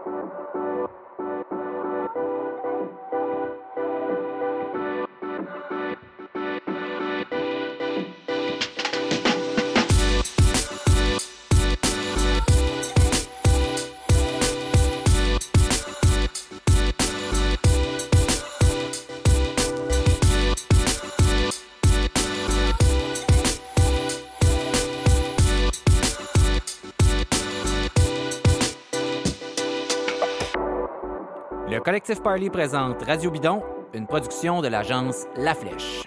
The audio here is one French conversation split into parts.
Le collectif Parley présente Radio Bidon, une production de l'agence La Flèche.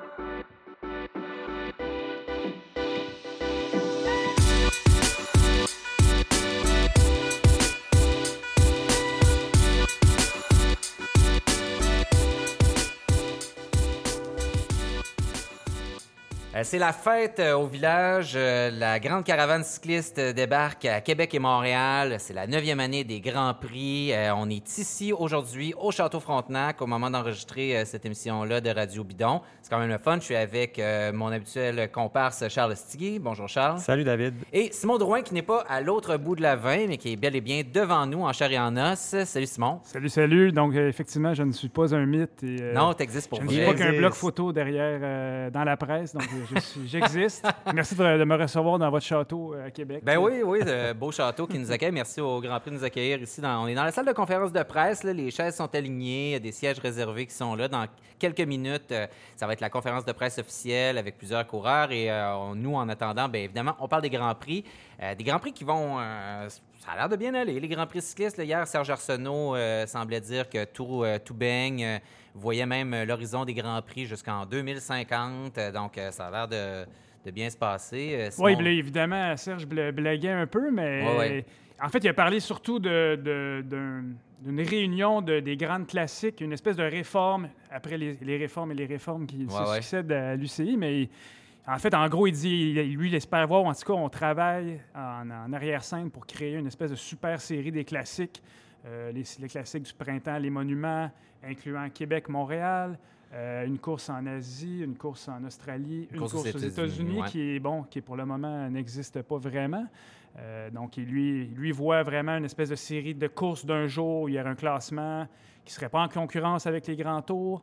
C'est la fête au village. La grande caravane cycliste débarque à Québec et Montréal. C'est la 9e année des Grands Prix. On est ici aujourd'hui au Château Frontenac au moment d'enregistrer cette émission-là de Radio Bidon. C'est quand même le fun. Je suis avec mon habituel comparse Charles Stigui. Bonjour Charles. Salut David. Et Simon Drouin qui n'est pas à l'autre bout de la vingt, mais qui est bel et bien devant nous en chair et en os. Salut Simon. Salut. Donc effectivement, je ne suis pas un mythe. Et, non, t'existes pour je vrai. Je ne suis pas qu'un bloc photo derrière dans la presse. Donc j'existe. Merci de me recevoir dans votre château à Québec. Ben oui, beau château qui nous accueille. Merci au Grand Prix de nous accueillir ici. On est dans la salle de conférence de presse. Là. Les chaises sont alignées. Il y a des sièges réservés qui sont là. Dans quelques minutes, ça va être la conférence de presse officielle avec plusieurs coureurs. Et nous, en attendant, bien évidemment, on parle des Grands Prix. Des Grands Prix qui vont... ça a l'air de bien aller. Les Grands Prix cyclistes, là, hier, Serge Arsenault semblait dire que tout baigne. Voyait même l'horizon des Grands Prix jusqu'en 2050. Donc, ça a l'air de bien se passer. Oui, évidemment, Serge blaguait un peu, mais en fait, il a parlé surtout d'une réunion des grandes classiques, une espèce de réforme, après les réformes qui se succèdent à l'UCI, mais en fait, en gros, il dit, lui, il espère voir, en tout cas, on travaille en arrière-scène pour créer une espèce de super série des classiques, les classiques du printemps, les monuments, incluant Québec, Montréal, une course en Asie, une course en Australie, une course aux États-Unis qui pour le moment n'existe pas vraiment. Donc, lui voit vraiment une espèce de série de courses d'un jour où il y aurait un classement qui ne serait pas en concurrence avec les grands tours.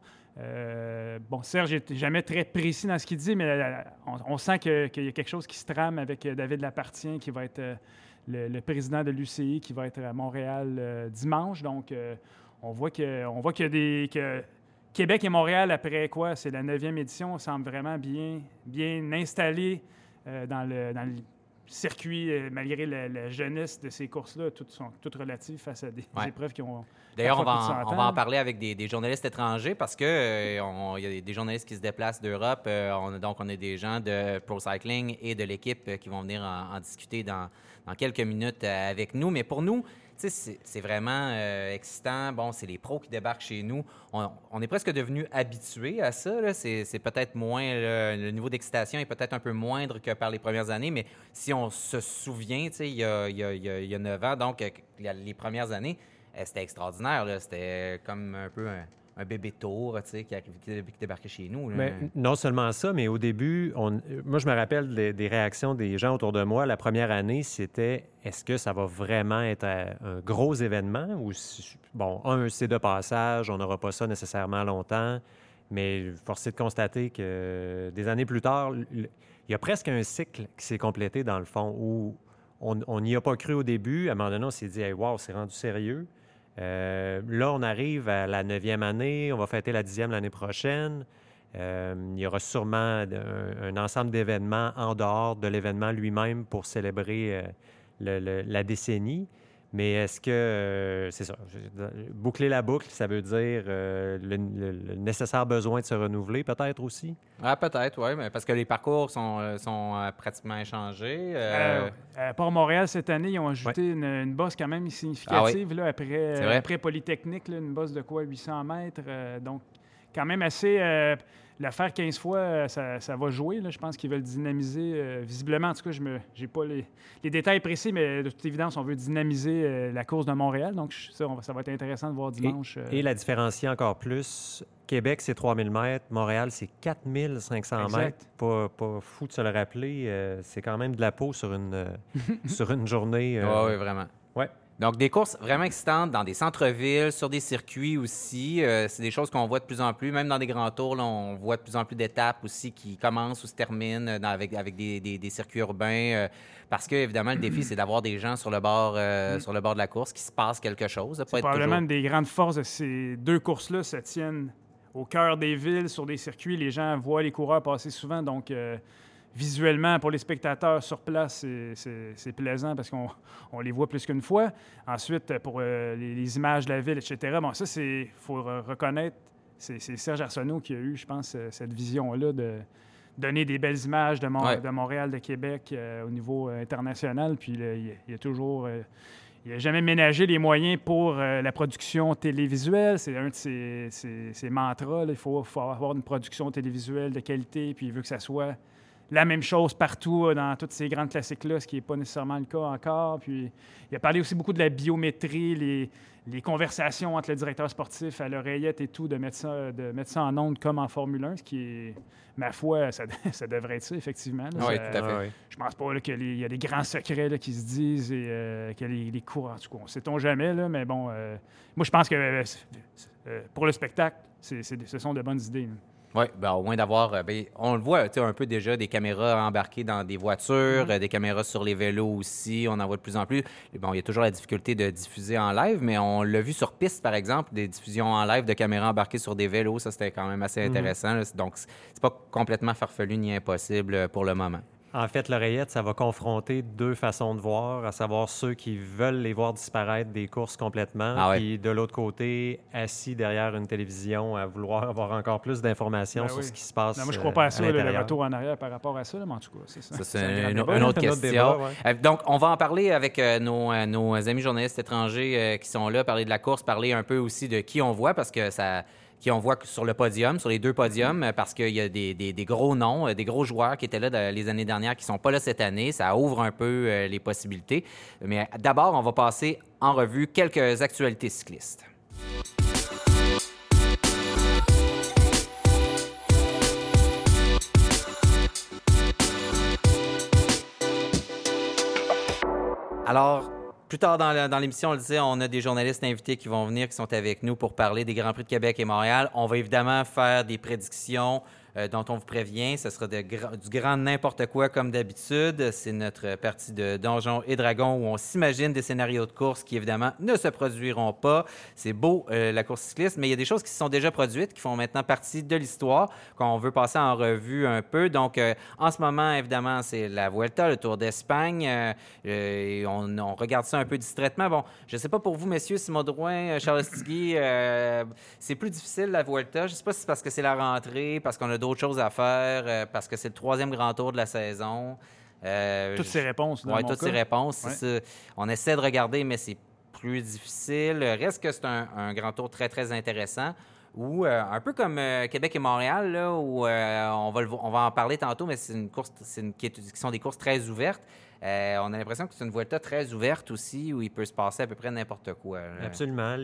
Serge n'est jamais très précis dans ce qu'il dit, mais on sent qu'il y a quelque chose qui se trame avec David Lapartien, qui va être le président de l'UCI, qui va être à Montréal dimanche. Donc, on voit que Québec et Montréal, après quoi, c'est la 9e édition, semble vraiment bien installé dans le circuit, malgré la jeunesse de ces courses-là, toutes sont toutes relatives face à des épreuves qui ont... D'ailleurs, on va en parler avec des journalistes étrangers parce que il y a des journalistes qui se déplacent d'Europe. Donc, on a des gens de Pro Cycling et de l'équipe qui vont venir en discuter dans quelques minutes avec nous. Mais pour nous, c'est vraiment excitant. Bon, c'est les pros qui débarquent chez nous. On est presque devenus habitués à ça. Là. C'est peut-être moins... le niveau d'excitation est peut-être un peu moindre que par les premières années, mais si on se souvient, il y a 9 ans, donc les premières années, c'était extraordinaire. Là. C'était comme un peu un bébé tour qui débarquait chez nous. Là. Mais non seulement ça, mais au début, moi, je me rappelle des réactions des gens autour de moi. La première année, c'était est-ce que ça va vraiment être un gros événement ou, c'est de passage, on n'aura pas ça nécessairement longtemps. Mais force est de constater que des années plus tard, il y a presque un cycle qui s'est complété dans le fond où on n'y a pas cru au début. À un moment donné, on s'est dit hey, « wow, c'est rendu sérieux ». Là, on arrive à la 9e année, on va fêter la 10e l'année prochaine. Il y aura sûrement un ensemble d'événements en dehors de l'événement lui-même pour célébrer la décennie. Mais est-ce que, c'est ça, boucler la boucle, ça veut dire le nécessaire besoin de se renouveler peut-être aussi? Ah, peut-être, oui, parce que les parcours sont pratiquement échangés. Port-Montréal, cette année, ils ont ajouté une bosse quand même significative là, après Polytechnique, là, une bosse de quoi, 800 mètres. Donc, quand même assez... la faire 15 fois, ça va jouer. Là. Je pense qu'ils veulent dynamiser. Visiblement, en tout cas, je n'ai pas les détails précis, mais de toute évidence, on veut dynamiser la course de Montréal. Donc, ça va être intéressant de voir dimanche. Et la différencier encore plus. Québec, c'est 3000 mètres. Montréal, c'est 4500 mètres. Pas fou de se le rappeler. C'est quand même de la peau sur une journée. Oui, vraiment. Ouais. Donc, des courses vraiment excitantes dans des centres-villes, sur des circuits aussi. C'est des choses qu'on voit de plus en plus. Même dans des grands tours, là, on voit de plus en plus d'étapes aussi qui commencent ou se terminent avec des circuits urbains. Parce que, évidemment, le défi, c'est d'avoir des gens sur le bord de la course, qu'il se passe quelque chose. C'est probablement une des grandes forces de ces deux courses-là, se tiennent au cœur des villes, sur des circuits. Les gens voient les coureurs passer souvent, donc... visuellement, pour les spectateurs sur place, c'est plaisant parce qu'on les voit plus qu'une fois. Ensuite, pour les images de la ville, etc., bon, ça, il faut reconnaître, c'est Serge Arsenault qui a eu, je pense, cette vision-là de donner des belles images de Montréal, de Québec au niveau international. Puis il a toujours... il n'a jamais ménagé les moyens pour la production télévisuelle. C'est un de ses mantras. Là. Il faut avoir une production télévisuelle de qualité, puis il veut que ça soit... la même chose partout dans toutes ces grandes classiques-là, ce qui n'est pas nécessairement le cas encore. Puis, il a parlé aussi beaucoup de la biométrie, les conversations entre le directeur sportif à l'oreillette et tout, de mettre ça en ondes comme en Formule 1, ce qui est, ma foi, ça devrait être ça, effectivement. Là, oui, tout à fait. Je pense pas qu'il y a des grands secrets là, qui se disent et que les cours, en tout cas, on ne sait-on jamais, là, mais bon, moi, je pense que pour le spectacle, ce sont de bonnes idées. Là. Oui, au moins d'avoir, on le voit un peu déjà, des caméras embarquées dans des voitures, des caméras sur les vélos aussi, on en voit de plus en plus. Et bon, il y a toujours la difficulté de diffuser en live, mais on l'a vu sur piste, par exemple, des diffusions en live de caméras embarquées sur des vélos, ça c'était quand même assez intéressant. Là. Donc, c'est pas complètement farfelu ni impossible pour le moment. En fait, l'oreillette, ça va confronter deux façons de voir, à savoir ceux qui veulent les voir disparaître des courses complètement, puis de l'autre côté, assis derrière une télévision à vouloir avoir encore plus d'informations sur ce qui se passe. Non, moi, je ne crois pas à ça, le retour en arrière par rapport à ça, là, mais en tout cas, c'est ça. Ça, c'est une autre question. Débat, donc, on va en parler avec nos amis journalistes étrangers qui sont là, parler de la course, parler un peu aussi de qui on voit, parce que ça... qui on voit sur le podium, sur les deux podiums, parce qu'il y a des gros noms, des gros joueurs qui étaient là les années dernières, qui ne sont pas là cette année. Ça ouvre un peu les possibilités. Mais d'abord, on va passer en revue quelques actualités cyclistes. Alors... plus tard dans l'émission, on le disait, on a des journalistes invités qui vont venir, qui sont avec nous pour parler des Grands Prix de Québec et Montréal. On va évidemment faire des prédictions dont on vous prévient. Ce sera du grand n'importe quoi comme d'habitude. C'est notre partie de Donjons et Dragons où on s'imagine des scénarios de course qui, évidemment, ne se produiront pas. C'est beau, la course cycliste, mais il y a des choses qui se sont déjà produites, qui font maintenant partie de l'histoire, qu'on veut passer en revue un peu. Donc, en ce moment, évidemment, c'est la Vuelta, le Tour d'Espagne. On regarde ça un peu distraitement. Bon, je ne sais pas pour vous, messieurs, Simon Drouin, Charles Tigui, c'est plus difficile, la Vuelta. Je ne sais pas si c'est parce que c'est la rentrée, parce qu'on a d'autres choses à faire, parce que c'est le 3e grand tour de la saison. Toutes ces réponses. Oui, toutes ces réponses. C'est ça. On essaie de regarder, mais c'est plus difficile. Reste que c'est un grand tour très, très intéressant. Ou un peu comme Québec et Montréal, là, où on va en parler tantôt, mais c'est une course qui sont des courses très ouvertes. On a l'impression que c'est une Vuelta très ouverte aussi, où il peut se passer à peu près n'importe quoi. Absolument.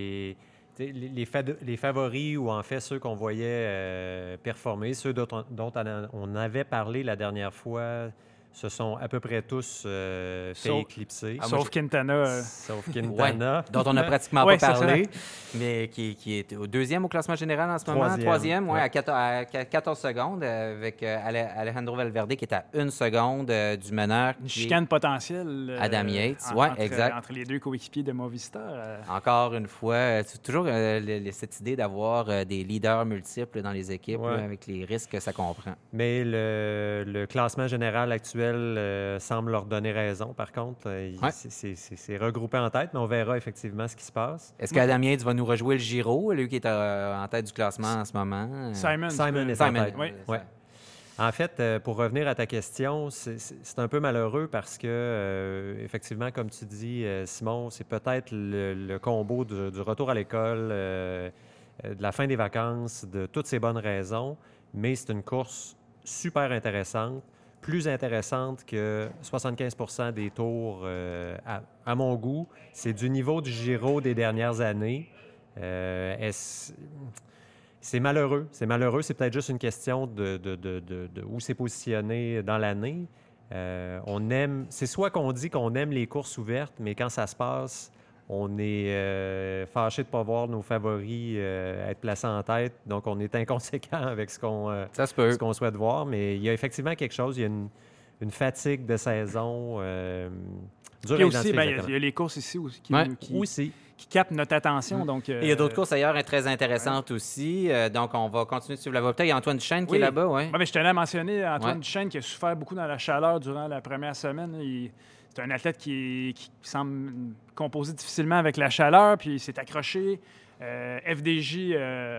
Les favoris, ou en fait ceux qu'on voyait performer, ceux dont on avait parlé la dernière fois, se sont à peu près tous fait éclipser. Sauf Quintana. Sauf Quintana. Ouais, dont on n'a pratiquement pas parlé, mais qui est au 2e au classement général en ce moment. 3e, à 14 secondes, avec Alejandro Valverde qui est à 1 seconde du meneur. Une chicane potentielle. Adam Yates, exact. Entre les deux coéquipiers de Movistar. Encore une fois, c'est toujours cette idée d'avoir des leaders multiples dans les équipes, là, avec les risques que ça comprend. Mais le classement général actuel semble leur donner raison, par contre. C'est regroupé en tête, mais on verra effectivement ce qui se passe. Est-ce qu'Adam Yates va nous rejouer le Giro, lui qui est en tête du classement en ce moment? Simon est en tête. Oui. En fait, pour revenir à ta question, c'est un peu malheureux parce que, effectivement, comme tu dis, Simon, c'est peut-être le combo du retour à l'école, de la fin des vacances, de toutes ces bonnes raisons, mais c'est une course super intéressante, plus intéressante que 75% des tours, à mon goût. C'est du niveau du Giro des dernières années. C'est malheureux. C'est peut-être juste une question de où c'est positionné dans l'année. C'est soit qu'on dit qu'on aime les courses ouvertes, mais quand ça se passe, on est fâché de ne pas voir nos favoris être placés en tête. Donc, on est inconséquent avec ce qu'on souhaite voir. Mais il y a effectivement quelque chose. Il y a une fatigue de saison. Puis aussi, il y a les courses ici qui captent notre attention. Donc, il y a d'autres courses ailleurs très intéressantes aussi. Donc, on va continuer de suivre la voie. Il y a Antoine Duchesne qui est là-bas. Oui. Mais je tenais à mentionner Antoine Duchesne qui a souffert beaucoup dans la chaleur durant la première semaine. C'est un athlète qui semble composer difficilement avec la chaleur, puis il s'est accroché. FDJ,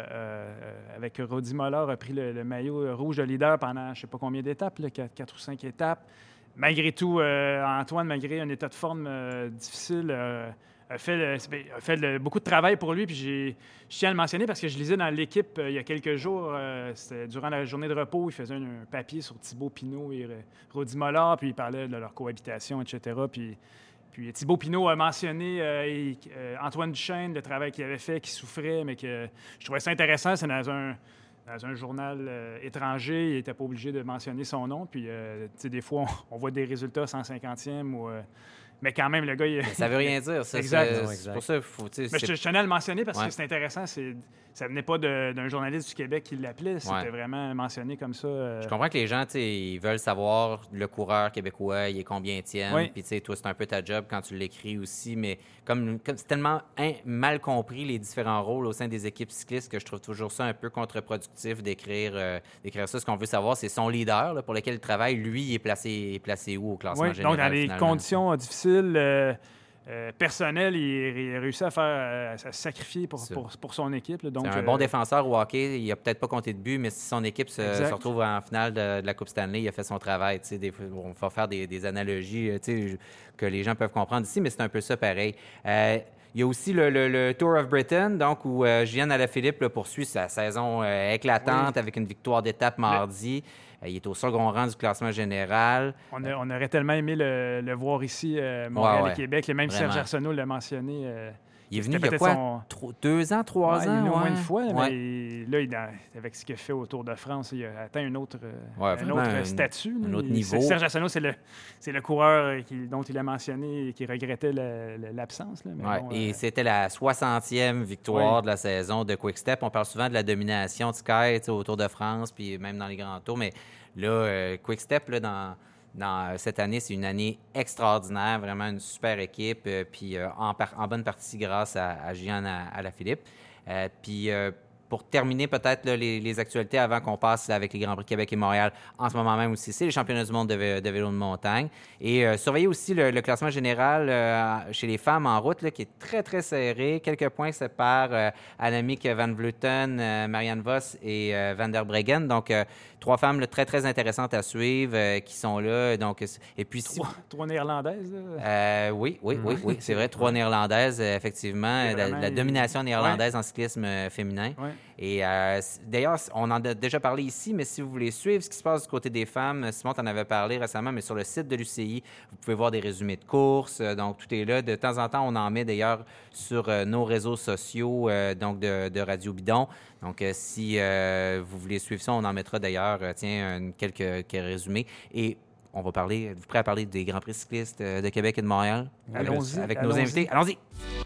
avec Rodi Mollard, a pris le maillot rouge de leader pendant je ne sais pas combien d'étapes, 4 ou 5 étapes. Malgré tout, Antoine, malgré un état de forme difficile, a fait beaucoup de travail pour lui. Puis je tiens à le mentionner parce que je lisais dans l'équipe il y a quelques jours, c'était durant la journée de repos, il faisait un papier sur Thibaut Pinot et Rodi Mollard, puis il parlait de leur cohabitation, etc. Puis Thibaut Pinot a mentionné Antoine Duchesne, le travail qu'il avait fait, qu'il souffrait, mais que je trouvais ça intéressant. C'est dans un journal étranger, il n'était pas obligé de mentionner son nom. Puis, des fois, on voit des résultats 150e ou... mais quand même, le gars... Ça veut rien dire. Ça, exact. C'est pour ça qu'il faut... Mais je tenais à le mentionner parce que c'est intéressant. Ça venait pas d'un journaliste du Québec qui l'appelait. C'était vraiment mentionné comme ça. Je comprends que les gens, ils veulent savoir le coureur québécois, il est combienième. Puis, toi, c'est un peu ta job quand tu l'écris aussi. Mais comme c'est tellement mal compris les différents rôles au sein des équipes cyclistes que je trouve toujours ça un peu contre-productif d'écrire ça. Ce qu'on veut savoir, c'est son leader pour lequel il travaille. Lui, il est placé où au classement général? Donc, dans des conditions difficiles... personnel, il réussit à se sacrifier pour son équipe. Donc, c'est un bon défenseur au hockey. Il n'a peut-être pas compté de but, mais si son équipe se retrouve en finale de la Coupe Stanley, il a fait son travail. On va faire des analogies que les gens peuvent comprendre ici, mais c'est un peu ça pareil. Il y a aussi le Tour of Britain, donc où Julien Alaphilippe poursuit sa saison éclatante avec une victoire d'étape mardi. Il est au second rang du classement général. On aurait tellement aimé le voir ici, Montréal et Québec. Même Vraiment. Serge Arsenault l'a mentionné. Il est venu il y a quoi? 2 ans, 3 ans? Il est au moins une fois, mais là, avec ce qu'il a fait au Tour de France, il a atteint un autre statut. Un autre niveau. Serge Arsenault, c'est le coureur dont il a mentionné et qui regrettait l'absence. Et c'était la 60e victoire de la saison de Quick-Step. On parle souvent de la domination de Sky au Tour de France, puis même dans les grands tours. Mais là, Quick-Step, dans cette année, c'est une année extraordinaire, vraiment une super équipe, puis en bonne partie grâce à Julien Alaphilippe. Puis pour terminer peut-être les actualités avant qu'on passe avec les Grands Prix de Québec et Montréal en ce moment même aussi, c'est les championnats du monde de vélo de montagne. Et surveillez aussi le classement général chez les femmes en route qui est très, très serré. Quelques points séparent Annemiek van Vleuten, Marianne Vos et Van der Breggen. Donc, 3 femmes très, très intéressantes à suivre qui sont là. Donc, et puis, trois Néerlandaises. Oui, c'est vrai. 3 Néerlandaises, effectivement. La domination néerlandaise en cyclisme féminin. Ouais. Et d'ailleurs, on en a déjà parlé ici, mais si vous voulez suivre ce qui se passe du côté des femmes, Simon t'en avait parlé récemment, mais sur le site de l'UCI, vous pouvez voir des résumés de courses. Donc, tout est là. De temps en temps, on en met d'ailleurs sur nos réseaux sociaux donc de Radio Bidon. Donc, si vous voulez suivre ça, on en mettra d'ailleurs quelques résumés. Et on va parler, vous prêt à parler des Grands Prix cyclistes de Québec et de Montréal? Allons-y. Avec nos invités. Allons-y!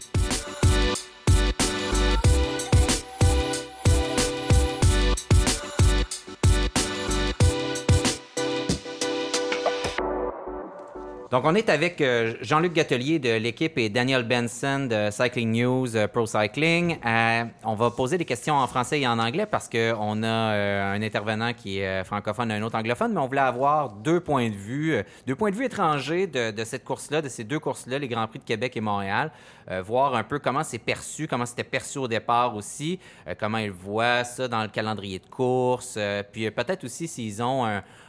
Donc, on est avec Jean-Luc Gatelier de l'équipe et Daniel Benson de Cycling News Pro Cycling. On va poser des questions en français et en anglais parce qu'on a un intervenant qui est francophone et un autre anglophone, mais on voulait avoir 2 points de vue étrangers de cette course-là, de ces 2 courses-là, les Grands Prix de Québec et Montréal. Voir un peu comment c'est perçu, comment c'était perçu au départ aussi, comment ils voient ça dans le calendrier de course, puis peut-être aussi s'ils ont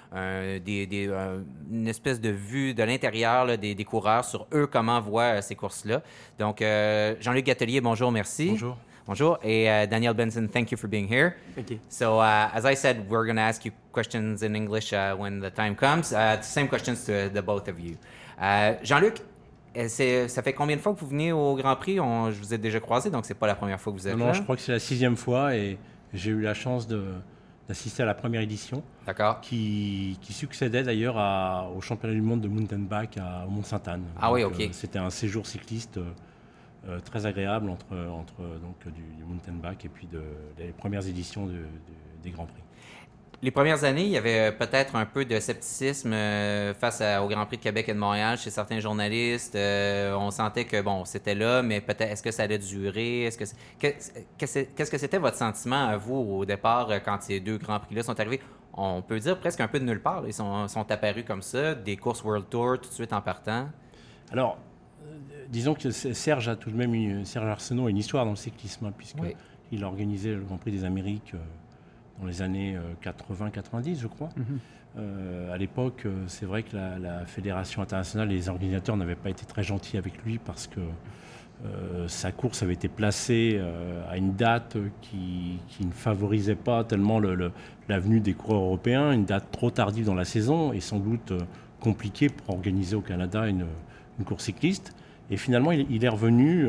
une espèce de vue de l'intérieur des coureurs sur eux, comment voient ces courses-là. Donc, Jean-Luc Gatelier, bonjour, merci. Bonjour. Bonjour. Et Daniel Benson, thank you for being here. Thank you. So, as I said, we're going to ask you questions in English when the time comes. Same questions to the both of you. Jean-Luc, ça fait combien de fois que vous venez au Grand Prix? Je vous ai déjà croisé, donc c'est pas la première fois que vous êtes là. Non, je crois que c'est la 6e fois et j'ai eu la chance de d'assister à la première édition. D'accord. Qui succédait d'ailleurs au championnat du monde de mountain bike au Mont-Sainte-Anne. Ah oui, OK. C'était un séjour cycliste très agréable entre du mountain bike et puis les premières éditions des Grands Prix. Les premières années, il y avait peut-être un peu de scepticisme face au Grand Prix de Québec et de Montréal chez certains journalistes. On sentait que, bon, c'était là, mais peut-être, est-ce que ça allait durer? Qu'est-ce que c'était votre sentiment à vous au départ quand ces deux Grands Prix-là sont arrivés? On peut dire presque un peu de nulle part. Ils sont apparus comme ça, des courses World Tour tout de suite en partant. Alors, disons que Serge a tout de même Serge Arsenault a une histoire dans le cyclisme, puisqu'il a organisé le Grand Prix des Amériques dans les années 80-90, je crois. À l'époque, c'est vrai que la Fédération internationale et les organisateurs n'avaient pas été très gentils avec lui parce que sa course avait été placée à une date qui ne favorisait pas tellement la venue des coureurs européens, une date trop tardive dans la saison et sans doute compliquée pour organiser au Canada une course cycliste. Et finalement, il est revenu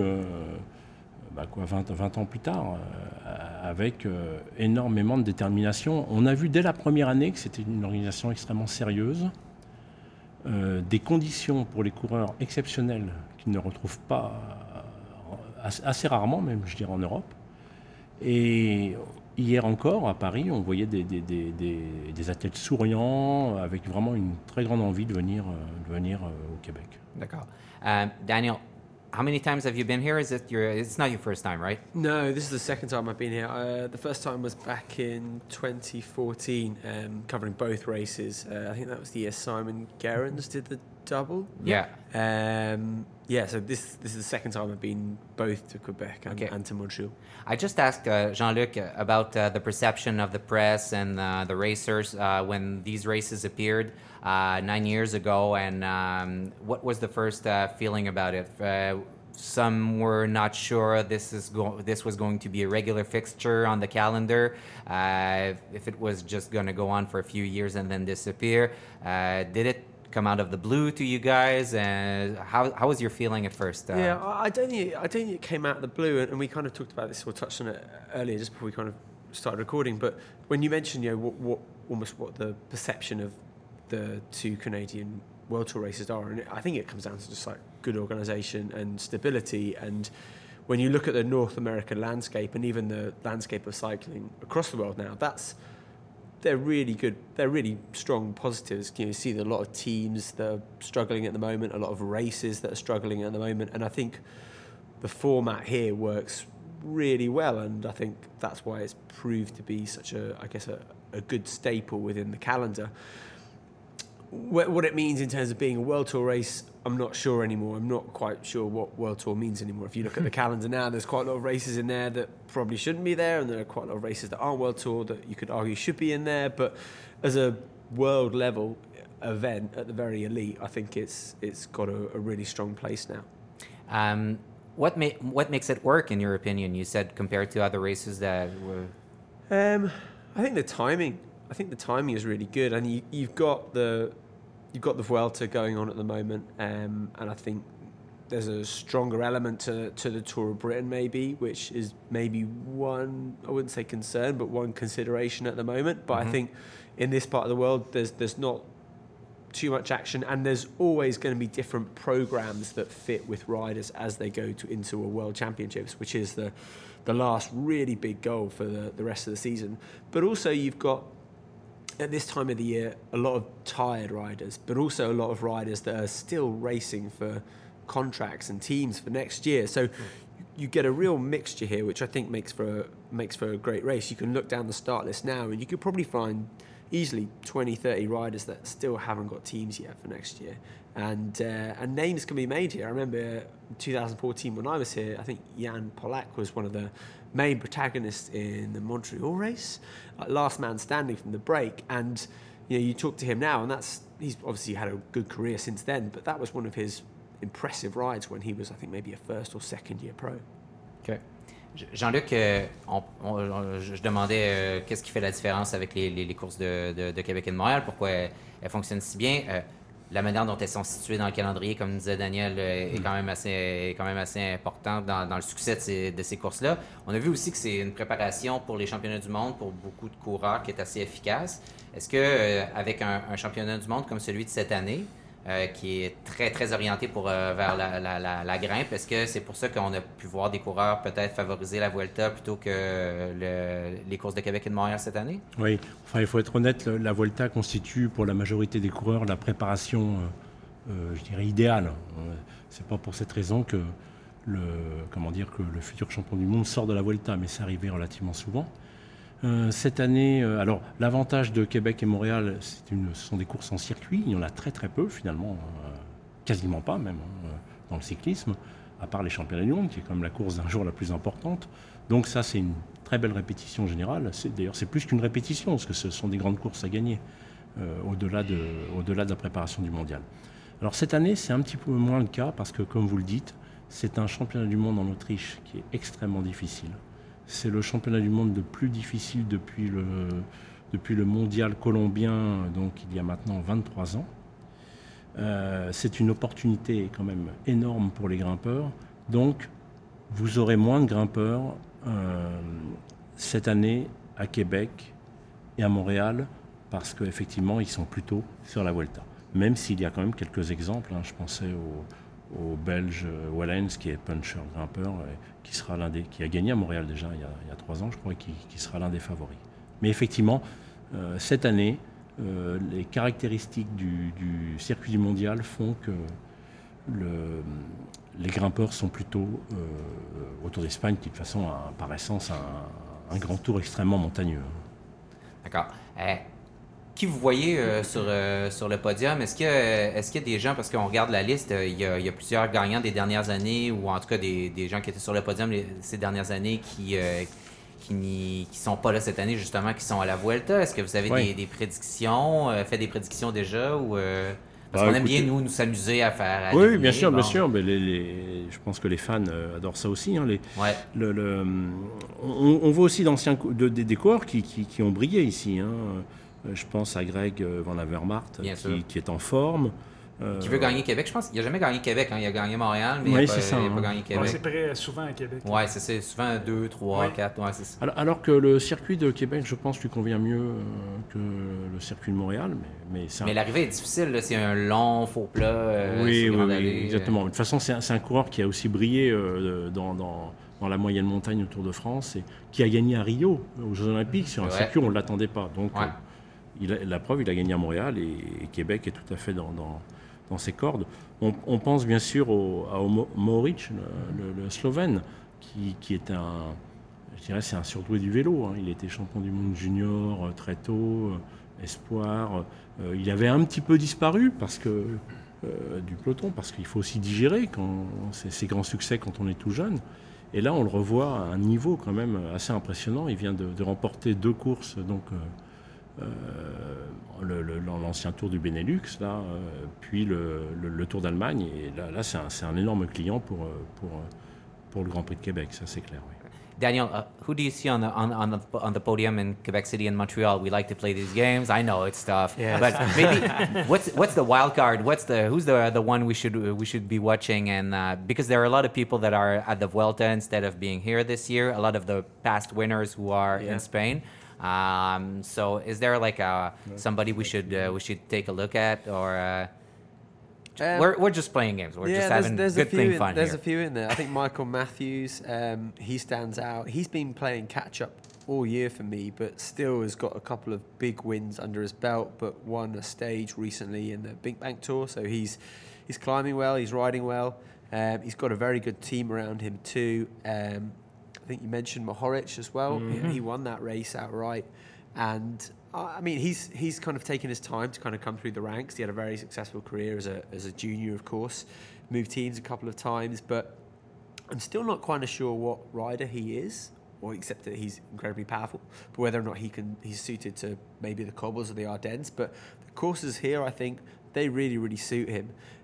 20 ans plus tard avec énormément de détermination. On a vu dès la première année que c'était une organisation extrêmement sérieuse, des conditions pour les coureurs exceptionnelles qu'ils ne retrouvent pas assez rarement même, je dirais, en Europe. Et hier encore, à Paris, on voyait des athlètes souriants avec vraiment une très grande envie de venir au Québec. D'accord. Daniel, how many times have you been here? It's not your first time, right? No, this is the second time I've been here. The first time was back in 2014, covering both races. I think that was the year Simon Gerrans did the double. Yeah. So this is the second time I've been both to Quebec and to Montreal. I just asked Jean-Luc about the perception of the press and the racers when these races appeared 9 years ago, and what was the first feeling about it? Some were not sure this was going to be a regular fixture on the calendar, if it was just going to go on for a few years and then disappear. Did it come out of the blue to you guys? How was your feeling at first? I don't think it came out of the blue, and we kind of talked about this or touched on it earlier just before we kind of started recording. But when you mentioned, what the perception of the two Canadian World Tour races are, and I think it comes down to just like good organisation and stability. And when you look at the North American landscape and even the landscape of cycling across the world now, they're really good. They're really strong positives. You see a lot of teams that are struggling at the moment, a lot of races that are struggling at the moment, and I think the format here works really well, and I think that's why it's proved to be such a good staple within the calendar. What it means in terms of being a World Tour race, I'm not sure anymore. I'm not quite sure what World Tour means anymore. If you look at the calendar now, there's quite a lot of races in there that probably shouldn't be there, and there are quite a lot of races that aren't World Tour that you could argue should be in there. But as a world level event at the very elite, I think it's got a really strong place now. What makes it work, in your opinion? You said compared to other races that were. I think the timing. I think the timing is really good, and you've got the Vuelta going on at the moment, and I think there's a stronger element to the Tour of Britain maybe, which is maybe one, I wouldn't say concern, but one consideration at the moment. But I think in this part of the world, there's not too much action, and there's always going to be different programs that fit with riders as they go into a World Championships, which is the last really big goal for the rest of the season. But also you've got, at this time of the year, a lot of tired riders, but also a lot of riders that are still racing for contracts and teams for next year. So you get a real mixture here, which I think makes for a great race. You can look down the start list now, and you could probably find easily 20, 30 riders that still haven't got teams yet for next year. And names can be made here. I remember in 2014 when I was here, I think Jan Polak was one of the main protagonists in the Montreal race, last man standing from the break. And you talk to him now, and he's obviously had a good career since then, but that was one of his impressive rides when he was, I think, maybe a first or second year pro. Okay. Jean-Luc, je demandais qu'est-ce qui fait la différence avec les courses de Québec et de Montréal, pourquoi elles fonctionnent si bien. la manière dont elles sont situées dans le calendrier, comme disait Daniel, est quand même assez importante dans le succès de ces courses-là. On a vu aussi que c'est une préparation pour les championnats du monde pour beaucoup de coureurs qui est assez efficace. Est-ce que avec un championnat du monde comme celui de cette année, qui est très, très orienté vers la grimpe. Est-ce que c'est pour ça qu'on a pu voir des coureurs peut-être favoriser la Vuelta plutôt que les courses de Québec et de Montréal cette année? Oui, enfin, il faut être honnête, la Vuelta constitue pour la majorité des coureurs la préparation, je dirais, idéale. C'est pas pour cette raison que le futur champion du monde sort de la Vuelta, mais c'est arrivé relativement souvent. Cette année, alors l'avantage de Québec et Montréal, ce sont des courses en circuit. Il y en a très très peu finalement, quasiment pas même dans le cyclisme, à part les championnats du monde, qui est quand même la course d'un jour la plus importante. Donc ça, c'est une très belle répétition générale. D'ailleurs, c'est plus qu'une répétition, parce que ce sont des grandes courses à gagner, au-delà de la préparation du mondial. Alors cette année, c'est un petit peu moins le cas, parce que comme vous le dites, c'est un championnat du monde en Autriche qui est extrêmement difficile. C'est le championnat du monde le plus difficile depuis le mondial colombien, donc il y a maintenant 23 ans. C'est une opportunité quand même énorme pour les grimpeurs. Donc, vous aurez moins de grimpeurs cette année à Québec et à Montréal, parce qu'effectivement, ils sont plutôt sur la Vuelta. Même s'il y a quand même quelques exemples. Je pensais au Belge Wellens, qui est puncher grimpeur, qui a gagné à Montréal déjà il y a 3 ans, je crois, et qui sera l'un des favoris. Mais effectivement, cette année, les caractéristiques du circuit du mondial font que les grimpeurs sont plutôt au Tour d'Espagne, qui de toute façon a par essence un grand tour extrêmement montagneux. D'accord. Qui vous voyez sur le podium? Est-ce qu'il y a des gens, parce qu'on regarde la liste, il y a plusieurs gagnants des dernières années, ou en tout cas des gens qui étaient sur le podium ces dernières années qui sont pas là cette année, justement, qui sont à la Vuelta. Est-ce que vous avez des prédictions, fait des prédictions déjà? Parce qu'on aime bien, nous s'amuser à faire... Oui, bien sûr, bien sûr. Mais je pense que les fans adorent ça aussi. On voit aussi des coureurs qui ont brillé ici. Je pense à Greg Van Avermaet, qui est en forme. Qui veut gagner Québec, je pense. Il n'a jamais gagné Québec. Il a gagné Montréal, mais il n'a pas gagné Québec. C'est prêt souvent à Québec. Oui, c'est souvent 2, 3, 4. Ouais, c'est ça. Alors que le circuit de Québec, je pense, lui convient mieux que le circuit de Montréal. Mais l'arrivée est difficile. Là. C'est un long faux plat. Oui, exactement. De toute façon, c'est un coureur qui a aussi brillé dans la moyenne montagne au Tour de France et qui a gagné à Rio, aux Jeux Olympiques, sur un circuit où on ne l'attendait pas. Donc, la preuve, il a gagné à Montréal et Québec est tout à fait dans ses cordes. On pense bien sûr à Mohoric, le Slovène, qui est c'est un surdoué du vélo. Il était champion du monde junior très tôt, espoir. Il avait un petit peu disparu du peloton, parce qu'il faut aussi digérer ces grands succès quand on est tout jeune. Et là, on le revoit à un niveau quand même assez impressionnant. Il vient de remporter 2 courses, donc l'ancien Tour du Benelux, puis le Tour d'Allemagne. Et là c'est un énorme client pour le Grand Prix de Québec, ça c'est clair. Oui. Daniel, who do you see on the podium in Quebec City and Montreal? We like to play these games. I know it's tough, but maybe what's the wild card? Who's the one we should be watching? And because there are a lot of people that are at the Vuelta instead of being here this year, a lot of the past winners who are in Spain. So is there like somebody we should take a look at, or we're just playing games. We're just having good thing fun There's here. a few in there. I think Michael Matthews, he stands out. He's been playing catch up all year for me, but still has got a couple of big wins under his belt, but won a stage recently in the Big Bank Tour. So he's climbing well, he's riding well. He's got a very good team around him too. I think you mentioned Mohoric as well. Mm-hmm. He won that race outright. And I mean, he's kind of taken his time to kind of come through the ranks. He had a very successful career as a junior, of course. Moved teams a couple of times, but I'm still not quite sure what rider he is, or except that he's incredibly powerful. But whether or not he's suited to maybe the cobbles or the Ardennes. But the courses here, I think they really, really suit him.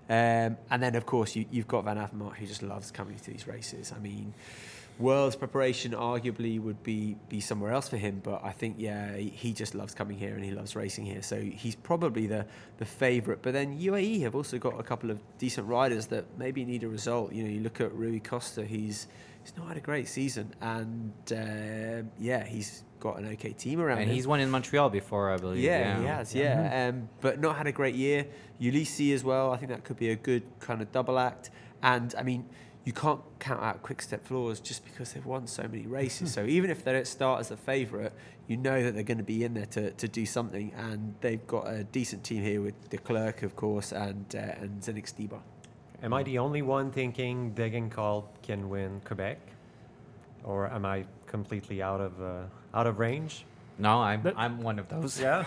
And then, of course, you've got Van Avermaet, who just loves coming to these races. I mean, World's preparation arguably would be somewhere else for him, but I think, he just loves coming here and he loves racing here. So he's probably the favourite. But then UAE have also got a couple of decent riders that maybe need a result. You know, you look at Rui Costa, he's not had a great season. And, he's got an okay team around him. And he's won in Montreal before, I believe. Yeah, he has, but not had a great year. Ulisi as well, I think that could be a good kind of double act. And, I mean, you can't count out Quick Step Floors just because they've won so many races. So even if they don't start as a favourite, you know that they're going to be in there to do something. And they've got a decent team here with De Klerk, of course, and Zenix Stibar. Am I the only one thinking Degenkolb can win Quebec? Or am I completely out of range? No, I'm one of those. Yeah?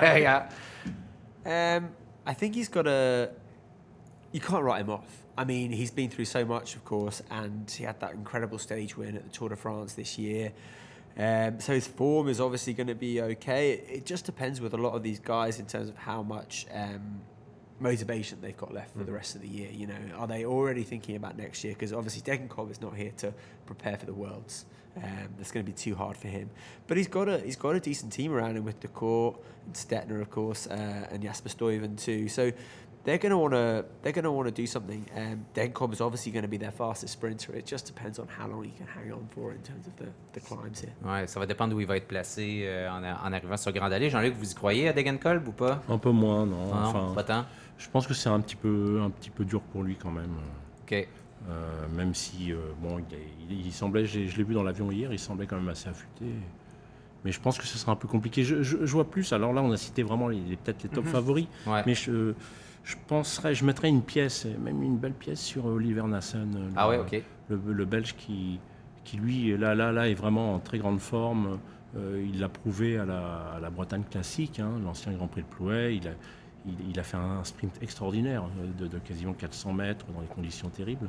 Yeah. I think he's got you can't write him off. I mean, he's been through so much, of course, and he had that incredible stage win at the Tour de France this year. So his form is obviously going to be okay. It just depends with a lot of these guys in terms of how much motivation they've got left for the rest of the year. You know, are they already thinking about next year? Because obviously Degenkolb is not here to prepare for the Worlds. That's going to be too hard for him. But he's got a decent team around him with De Court and Stettner, of course, and Jasper Stuyven too. So they're going to want to do something. Degenkolb is obviously going to be their fastest sprinter. It just depends on how long he can hang on for in terms of the climbs here. Ouais, ça va dépendre d'où il va être placé en arrivant sur Grand Allée. Jean-Luc, vous y croyez à Degenkolb ou pas? Un peu moins, non. Ah, non, pas tant. Je pense que c'est un petit peu dur pour lui quand même. OK. Même si, il semblait, je l'ai vu dans l'avion hier, il semblait quand même assez affûté. Mais je pense que ce sera un peu compliqué. Je vois plus. Alors là, on a cité vraiment peut-être les top favoris. Ouais. Mais je mettrais une pièce, même une belle pièce sur Oliver Nassen. OK. Le Belge qui lui, là, est vraiment en très grande forme. Il l'a prouvé à la Bretagne classique, l'ancien Grand Prix de Plouay. Il a fait un sprint extraordinaire de quasiment 400 mètres dans des conditions terribles.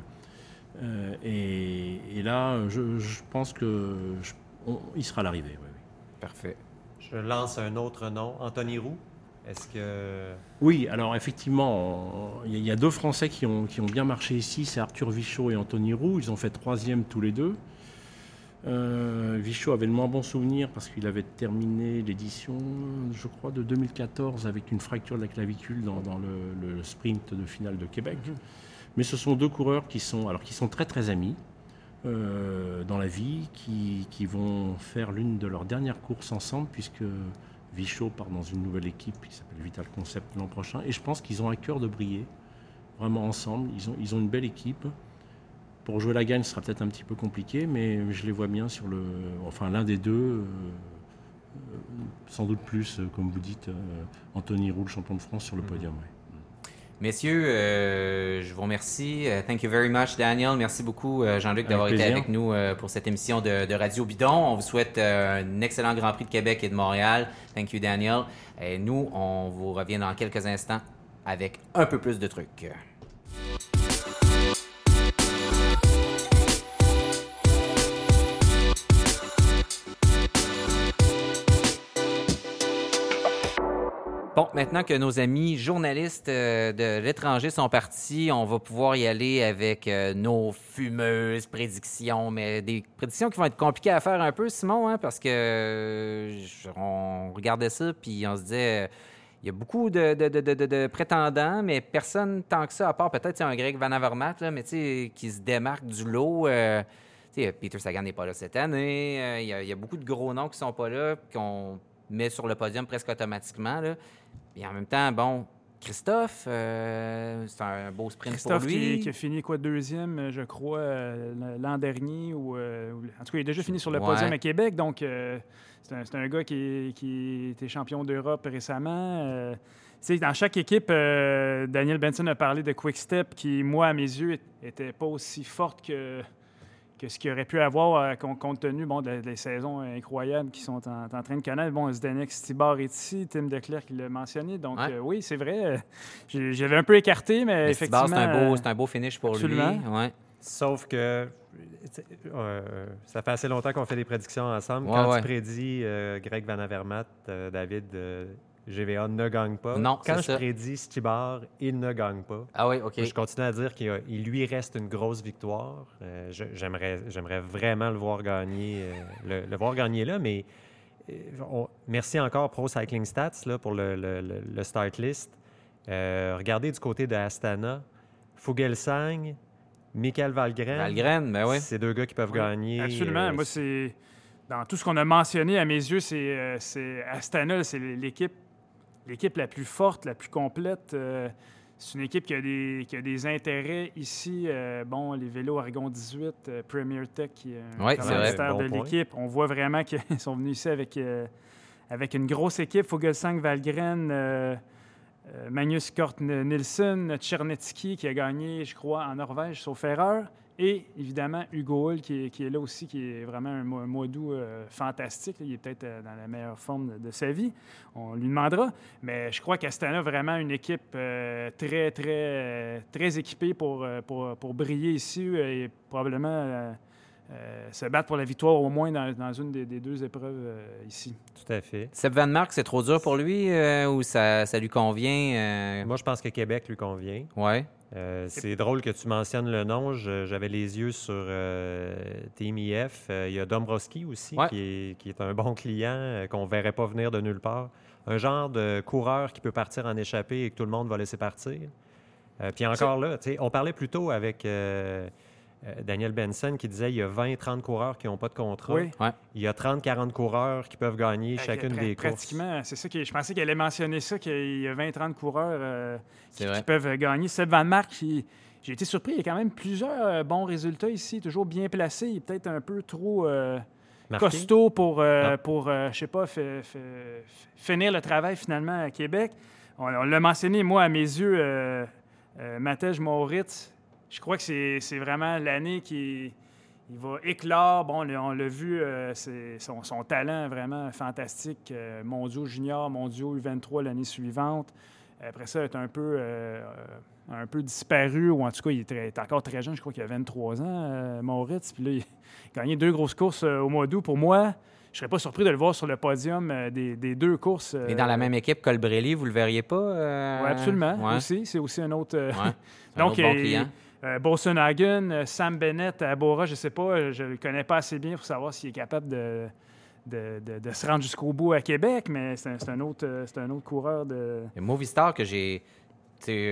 Et là, je pense qu'il sera à l'arrivée. Oui. Parfait. Je lance un autre nom, Anthony Roux. Est-ce que... Oui, alors effectivement, il y a deux Français qui ont bien marché ici, c'est Arthur Vichot et Anthony Roux. Ils ont fait 3e tous les deux. Vichot avait le moins bon souvenir parce qu'il avait terminé l'édition, je crois, de 2014 avec une fracture de la clavicule dans le sprint de finale de Québec. Mais ce sont deux coureurs qui sont très très amis dans la vie, qui vont faire l'une de leurs dernières courses ensemble puisque Vichot part dans une nouvelle équipe qui s'appelle Vital Concept l'an prochain. Et je pense qu'ils ont à cœur de briller vraiment ensemble. Ils ont une belle équipe. Pour jouer la gagne, ce sera peut-être un petit peu compliqué, mais je les vois bien sur l'un des deux, sans doute plus, comme vous dites, Anthony Roux, le champion de France, sur le podium. Ouais. Messieurs, je vous remercie. Thank you very much, Daniel. Merci beaucoup, Jean-Luc, d'avoir été avec nous pour cette émission de Radio Bidon. On vous souhaite un excellent Grand Prix de Québec et de Montréal. Thank you, Daniel. Et nous, on vous revient dans quelques instants avec un peu plus de trucs. Bon, maintenant que nos amis journalistes de l'étranger sont partis, on va pouvoir y aller avec nos fumeuses prédictions, mais des prédictions qui vont être compliquées à faire un peu, Simon, parce que on regardait ça puis on se disait il y a beaucoup de prétendants, mais personne tant que ça, à part peut-être un Greg Van Avermaet, là, mais qui se démarque du lot. Peter Sagan n'est pas là cette année. Il y a beaucoup de gros noms qui sont pas là, qu'on met sur le podium presque automatiquement, là. Et en même temps, bon, Christophe, c'est un beau sprint pour lui. Christophe qui a fini deuxième, je crois, l'an dernier. En tout cas, il a déjà fini sur le podium à Québec. Donc, c'est un gars qui était champion d'Europe récemment. Dans chaque équipe, Daniel Benson a parlé de Quick Step qui, moi, à mes yeux, n'était pas aussi forte que ce qu'il aurait pu avoir compte tenu des saisons incroyables qui sont en train de connaître. Bon, Zdenek Stibar est ici, Tim De Klerk qui l'a mentionné. Donc, oui, c'est vrai. J'avais un peu écarté, mais effectivement... c'est un beau finish pour absolument. Lui. Ouais. Sauf que ça fait assez longtemps qu'on fait des prédictions ensemble. Quand tu prédis Greg Van Avermaet, David, GVA ne gagne pas. Non, Quand c'est je ça. prédis Stibar, il ne gagne pas. Ah oui, OK. Je continue à dire qu'il lui reste une grosse victoire. J'aimerais vraiment le voir gagner, le voir gagner là, mais merci encore Pro Cycling Stats là, pour le start list. Regardez du côté de Astana, Fuglsang, Michael Valgren. Valgren, ben oui. C'est deux gars qui peuvent gagner. Absolument. Moi, c'est... Dans tout ce qu'on a mentionné, à mes yeux, c'est Astana, c'est l'équipe la plus forte, la plus complète. C'est une équipe qui a des intérêts ici. Les vélos Aragon 18, Premier Tech, qui est un commanditaire de l'équipe. On voit vraiment qu'ils sont venus ici avec une grosse équipe. Fuglsang, Valgren, Magnus Cort Nielsen, Tchernetsky, qui a gagné, je crois, en Norvège, sauf erreur. Et évidemment, Hugo Hull, qui est là aussi, qui est vraiment un mois d'août fantastique. Il est peut-être dans la meilleure forme de sa vie. On lui demandera. Mais je crois qu'Astana a vraiment une équipe très, très, très équipée pour briller ici et probablement se battre pour la victoire au moins dans une des deux épreuves ici. Tout à fait. Seb Van Mark, c'est trop dur pour lui ou ça lui convient? Moi, je pense que Québec lui convient. Oui. C'est drôle que tu mentionnes le nom. J'avais les yeux sur Team IF. Il y a Dombrowski aussi, qui est un bon client qu'on ne verrait pas venir de nulle part. Un genre de coureur qui peut partir en échappée et que tout le monde va laisser partir. Puis encore là, on parlait plus tôt avec Daniel Benson qui disait qu'il y a 20-30 coureurs qui n'ont pas de contrat. Oui. Ouais. Il y a 30-40 coureurs qui peuvent gagner chacune des courses. Pratiquement, c'est ça que je pensais qu'elle allait mentionner ça, qu'il y a 20-30 coureurs qui peuvent gagner. Seb Van Mark, j'ai été surpris, il y a quand même plusieurs bons résultats ici, toujours bien placé. Il est peut-être un peu trop costaud pour je sais pas, finir le travail finalement à Québec. On l'a mentionné, moi, à mes yeux, Matej Moritz. Je crois que c'est vraiment l'année qui il va éclore. Bon, on l'a vu, c'est son talent vraiment fantastique. Mondiaux junior, mondiaux U23 l'année suivante. Après ça, il est un peu disparu, ou en tout cas, il est encore très jeune. Je crois qu'il a 23 ans, Moritz. Puis là, il a gagné 2 grosses courses au mois d'août. Pour moi, je ne serais pas surpris de le voir sur le podium des 2 courses. Et dans la même équipe, Colbrelli, vous ne le verriez pas? Oui, absolument. Ouais. Aussi, c'est aussi un autre... un autre bon client. Bosenhagen, Sam Bennett à Bora, je ne sais pas, je ne le connais pas assez bien pour savoir s'il est capable de se rendre jusqu'au bout à Québec, mais c'est un autre coureur de... Movistar que j'ai... je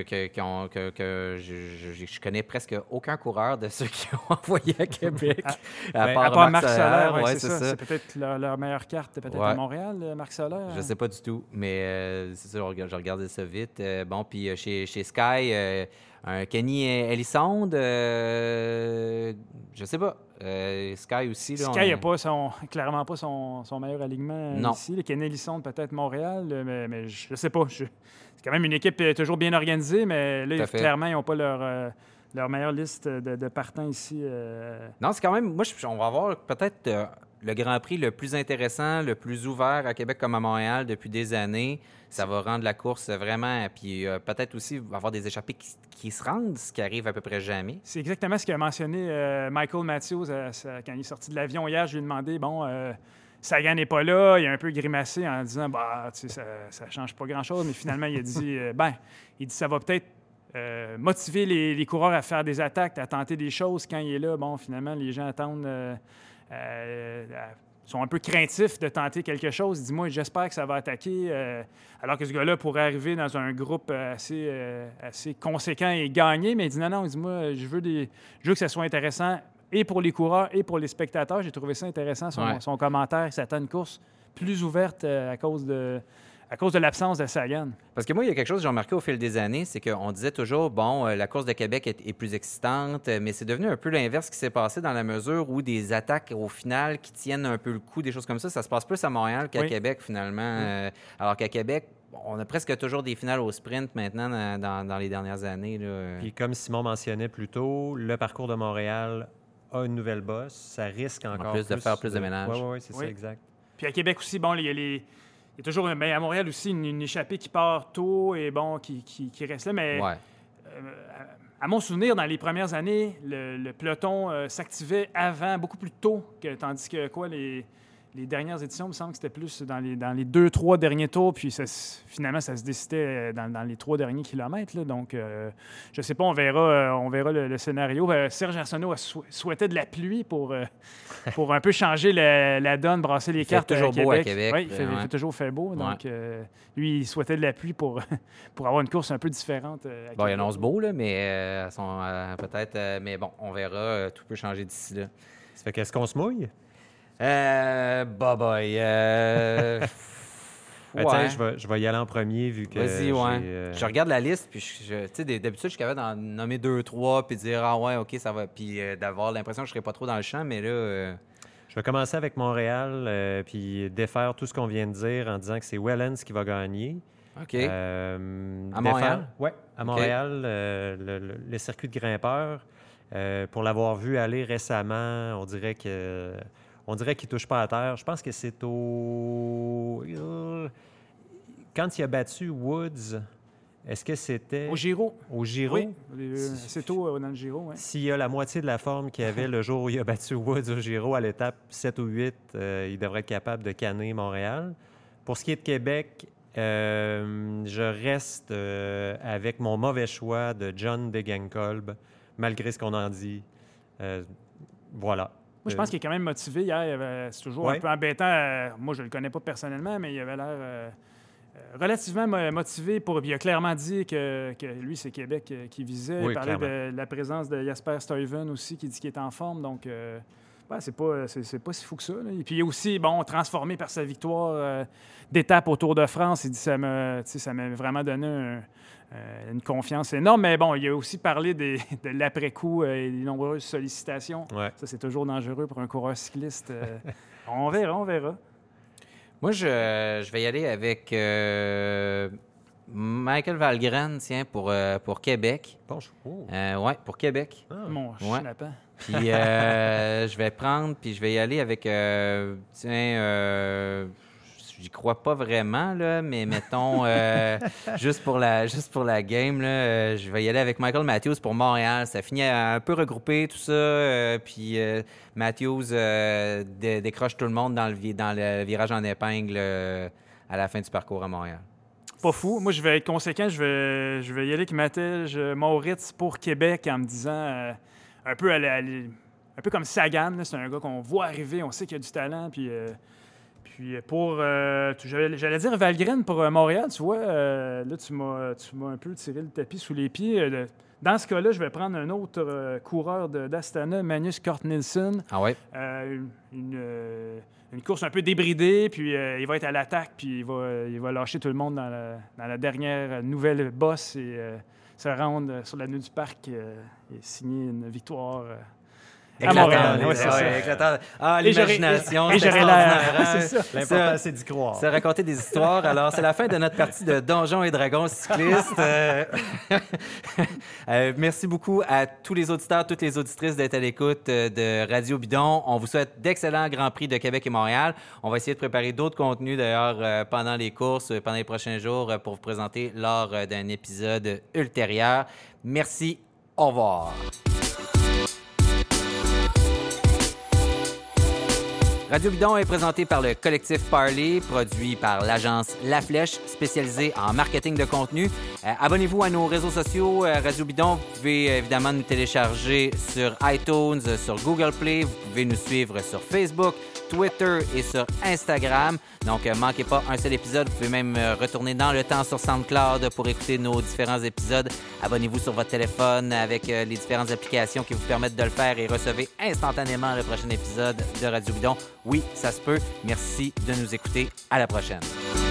connais presque aucun coureur de ceux qui ont envoyé à Québec. À part Marc Soler, ouais, c'est ça. C'est peut-être leur meilleure carte, peut-être à Montréal, Marc Soler. Je ne sais pas du tout, mais c'est ça, je regardais ça vite. Puis chez Sky, un Kenny Elissonde, je sais pas. Sky aussi. Là, Sky n'a pas clairement pas son meilleur alignement ici. Le Kenny Elissonde, peut-être Montréal, mais je ne sais pas. C'est quand même une équipe toujours bien organisée, mais là, clairement, ils n'ont pas leur meilleure liste de partants ici. Non, c'est quand même... Moi, on va avoir peut-être le Grand Prix le plus intéressant, le plus ouvert à Québec comme à Montréal depuis des années. Ça va rendre la course vraiment... Puis peut-être aussi avoir des échappées qui se rendent, ce qui arrive à peu près jamais. C'est exactement ce qu'a mentionné Michael Matthews quand il est sorti de l'avion hier. Je lui ai demandé, Sagan n'est pas là. Il a un peu grimacé en disant, ça ne change pas grand-chose. Mais finalement, il a dit, ça va peut-être motiver les coureurs à faire des attaques, à tenter des choses quand il est là. Bon, finalement, les gens attendent... sont un peu craintifs de tenter quelque chose. Dis-moi, j'espère que ça va attaquer. Alors que ce gars-là pourrait arriver dans un groupe assez conséquent et gagner. Mais il dit non, dis-moi, je veux que ça soit intéressant et pour les coureurs et pour les spectateurs. J'ai trouvé ça intéressant, son commentaire. Ça attend une course plus ouverte à cause de l'absence de Sagan. Parce que moi, il y a quelque chose que j'ai remarqué au fil des années, c'est qu'on disait toujours, la course de Québec est plus excitante, mais c'est devenu un peu l'inverse qui s'est passé dans la mesure où des attaques, au final, qui tiennent un peu le coup, des choses comme ça se passe plus à Montréal qu'à Québec, finalement. Alors qu'à Québec, on a presque toujours des finales au sprint maintenant dans les dernières années. Là. Puis comme Simon mentionnait plus tôt, le parcours de Montréal a une nouvelle bosse. Ça risque encore plus de faire plus de ménage. Oui, c'est ça, exact. Puis à Québec aussi, il y a toujours, à Montréal aussi, une échappée qui part tôt et qui reste là. Mais à mon souvenir, dans les premières années, le peloton s'activait beaucoup plus tôt, tandis que les dernières éditions, il me semble que c'était plus dans les 2-3 derniers tours, puis finalement, ça se décidait dans les 3 derniers kilomètres. Là. Donc, je ne sais pas, on verra le scénario. Serge Arsenault souhaitait de la pluie pour un peu changer la donne, brasser les cartes toujours beau à Québec. Oui, il fait toujours fait beau. Donc, lui, il souhaitait de la pluie pour avoir une course un peu différente. Bon, il annonce beau, là, mais peut-être... mais bon, on verra. Tout peut changer d'ici là. Ça fait qu'est-ce qu'on se mouille? Boy. Tiens, je vais y aller en premier vu que. Vas-y, ouais. Je regarde la liste, puis tu sais, d'habitude, je suis capable d'en nommer 2-3, puis dire ah ouais, OK, ça va, puis d'avoir l'impression que je serais pas trop dans le champ, mais là. Je vais commencer avec Montréal, puis défaire tout ce qu'on vient de dire en disant que c'est Wellens qui va gagner. OK. À Montréal? Oui, à Montréal, le circuit de grimpeurs. Pour l'avoir vu aller récemment, on dirait qu'il ne touche pas à terre. Je pense que c'est quand il a battu Woods, est-ce que c'était... Au Giro. Au Giro? Oui, c'est tôt dans le Giro. Ouais. S'il a la moitié de la forme qu'il avait le jour où il a battu Woods au Giro à l'étape 7 ou 8, il devrait être capable de canner Montréal. Pour ce qui est de Québec, je reste avec mon mauvais choix de John Degenkolb, malgré ce qu'on en dit. Voilà. Moi, je pense qu'il est quand même motivé. Hier, c'est toujours un peu embêtant. Moi, je ne le connais pas personnellement, mais il avait l'air relativement motivé. Il a clairement dit que lui, c'est Québec qui visait. Oui, il parlait de la présence de Jasper Stuyven aussi, qui dit qu'il est en forme. Donc, c'est pas si fou que ça. Là. Et puis aussi, transformé par sa victoire d'étape au Tour de France, il dit ça m'a vraiment donné une confiance énorme. Mais bon, il a aussi parlé de l'après-coup et des nombreuses sollicitations. Ouais. Ça, c'est toujours dangereux pour un coureur cycliste. On verra. Moi, je vais y aller avec Michael Valgren, tiens, pour Québec. Bon, oh. Oui, pour Québec. Mon chenapin. Puis je vais y aller avec, j'y crois pas vraiment, là, mais mettons, juste pour la game, là, je vais y aller avec Michael Matthews pour Montréal. Ça finit un peu regroupé, tout ça. Puis Matthews décroche tout le monde dans le virage en épingle à la fin du parcours à Montréal. Pas fou. Moi, je vais être conséquent. Je vais y aller avec Matej Moritz pour Québec en me disant un peu comme Sagan. Là, c'est un gars qu'on voit arriver. On sait qu'il a du talent. Puis pour... j'allais dire Valgren pour Montréal. Tu vois, là, tu m'as un peu tiré le tapis sous les pieds. Dans ce cas-là, je vais prendre un autre coureur d'Astana, Magnus Cort Nielsen. Ah ouais? Une course un peu débridée, puis il va être à l'attaque, puis il va lâcher tout le monde dans la dernière nouvelle bosse et se rendre sur l'avenue du Parc et signer une victoire à Montréal. Ouais, c'est ça. Éclatant. Ah, l'imagination, c'est extraordinaire. C'est ça. L'important, c'est d'y croire. C'est raconter des histoires. Alors, c'est la fin de notre partie de Donjons et Dragons cyclistes. Merci beaucoup à tous les auditeurs, toutes les auditrices d'être à l'écoute de Radio Bidon. On vous souhaite d'excellents Grands Prix de Québec et Montréal. On va essayer de préparer d'autres contenus, d'ailleurs, pendant les courses, pendant les prochains jours, pour vous présenter lors d'un épisode ultérieur. Merci. Au revoir. Radio Bidon est présenté par le collectif Parley, produit par l'agence La Flèche, spécialisée en marketing de contenu. Abonnez-vous à nos réseaux sociaux Radio Bidon. Vous pouvez évidemment nous télécharger sur iTunes, sur Google Play. Vous pouvez nous suivre sur Facebook, Twitter et sur Instagram. Donc, manquez pas un seul épisode. Vous pouvez même retourner dans le temps sur SoundCloud pour écouter nos différents épisodes. Abonnez-vous sur votre téléphone avec les différentes applications qui vous permettent de le faire et recevez instantanément le prochain épisode de Radio Bidon. Oui, ça se peut. Merci de nous écouter. À la prochaine.